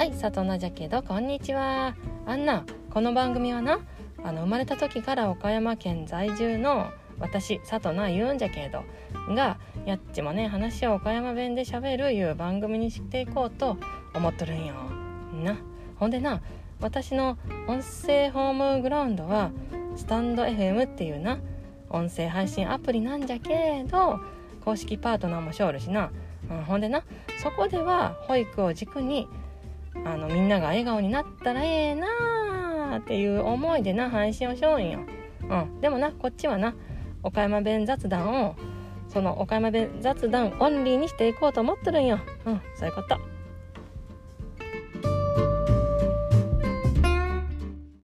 はい、佐藤なじゃけどこんにちは。この番組はな、生まれた時から岡山県在住の私佐藤な言うんじゃけどがやっちもね話を岡山弁で喋るいう番組にしていこうと思っとるんよな。ほんでな、私の音声ホームグラウンドはスタンド FM っていうな音声配信アプリなんじゃけど、公式パートナーもしょるしな、ほんでな、そこでは保育を軸にみんなが笑顔になったらええなーっていう思いでな配信をしようんよ。でもな、こっちはな岡山弁雑談をその岡山弁雑談オンリーにしていこうと思ってるんよ。そういうこと。